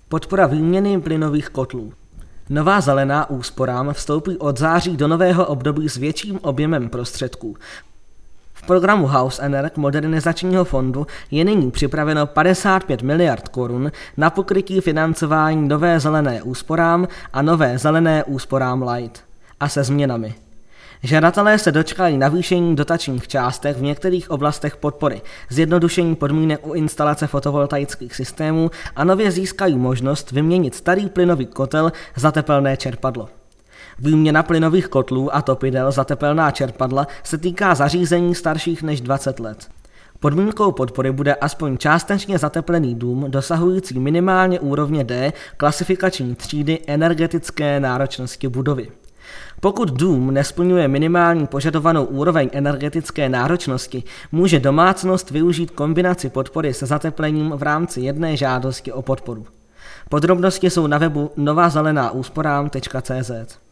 Podpora výměny plynových kotlů. Nová zelená úsporám vstoupí od září do nového období s větším objemem prostředků. V programu House Energ modernizačního fondu je nyní připraveno 55 miliard korun na pokrytí financování nové zelené úsporám a nové zelené úsporám light. A se změnami. Žadatelé se dočkají navýšení dotačních částek v některých oblastech podpory, zjednodušení podmínek u instalace fotovoltaických systémů a nově získají možnost vyměnit starý plynový kotel za tepelné čerpadlo. Výměna plynových kotlů a topidel za tepelná čerpadla se týká zařízení starších než 20 let. Podmínkou podpory bude aspoň částečně zateplený dům dosahující minimálně úrovně D klasifikační třídy energetické náročnosti budovy. Pokud dům nesplňuje minimální požadovanou úroveň energetické náročnosti, může domácnost využít kombinaci podpory se zateplením v rámci jedné žádosti o podporu. Podrobnosti jsou na webu novazelenaúsporám.cz.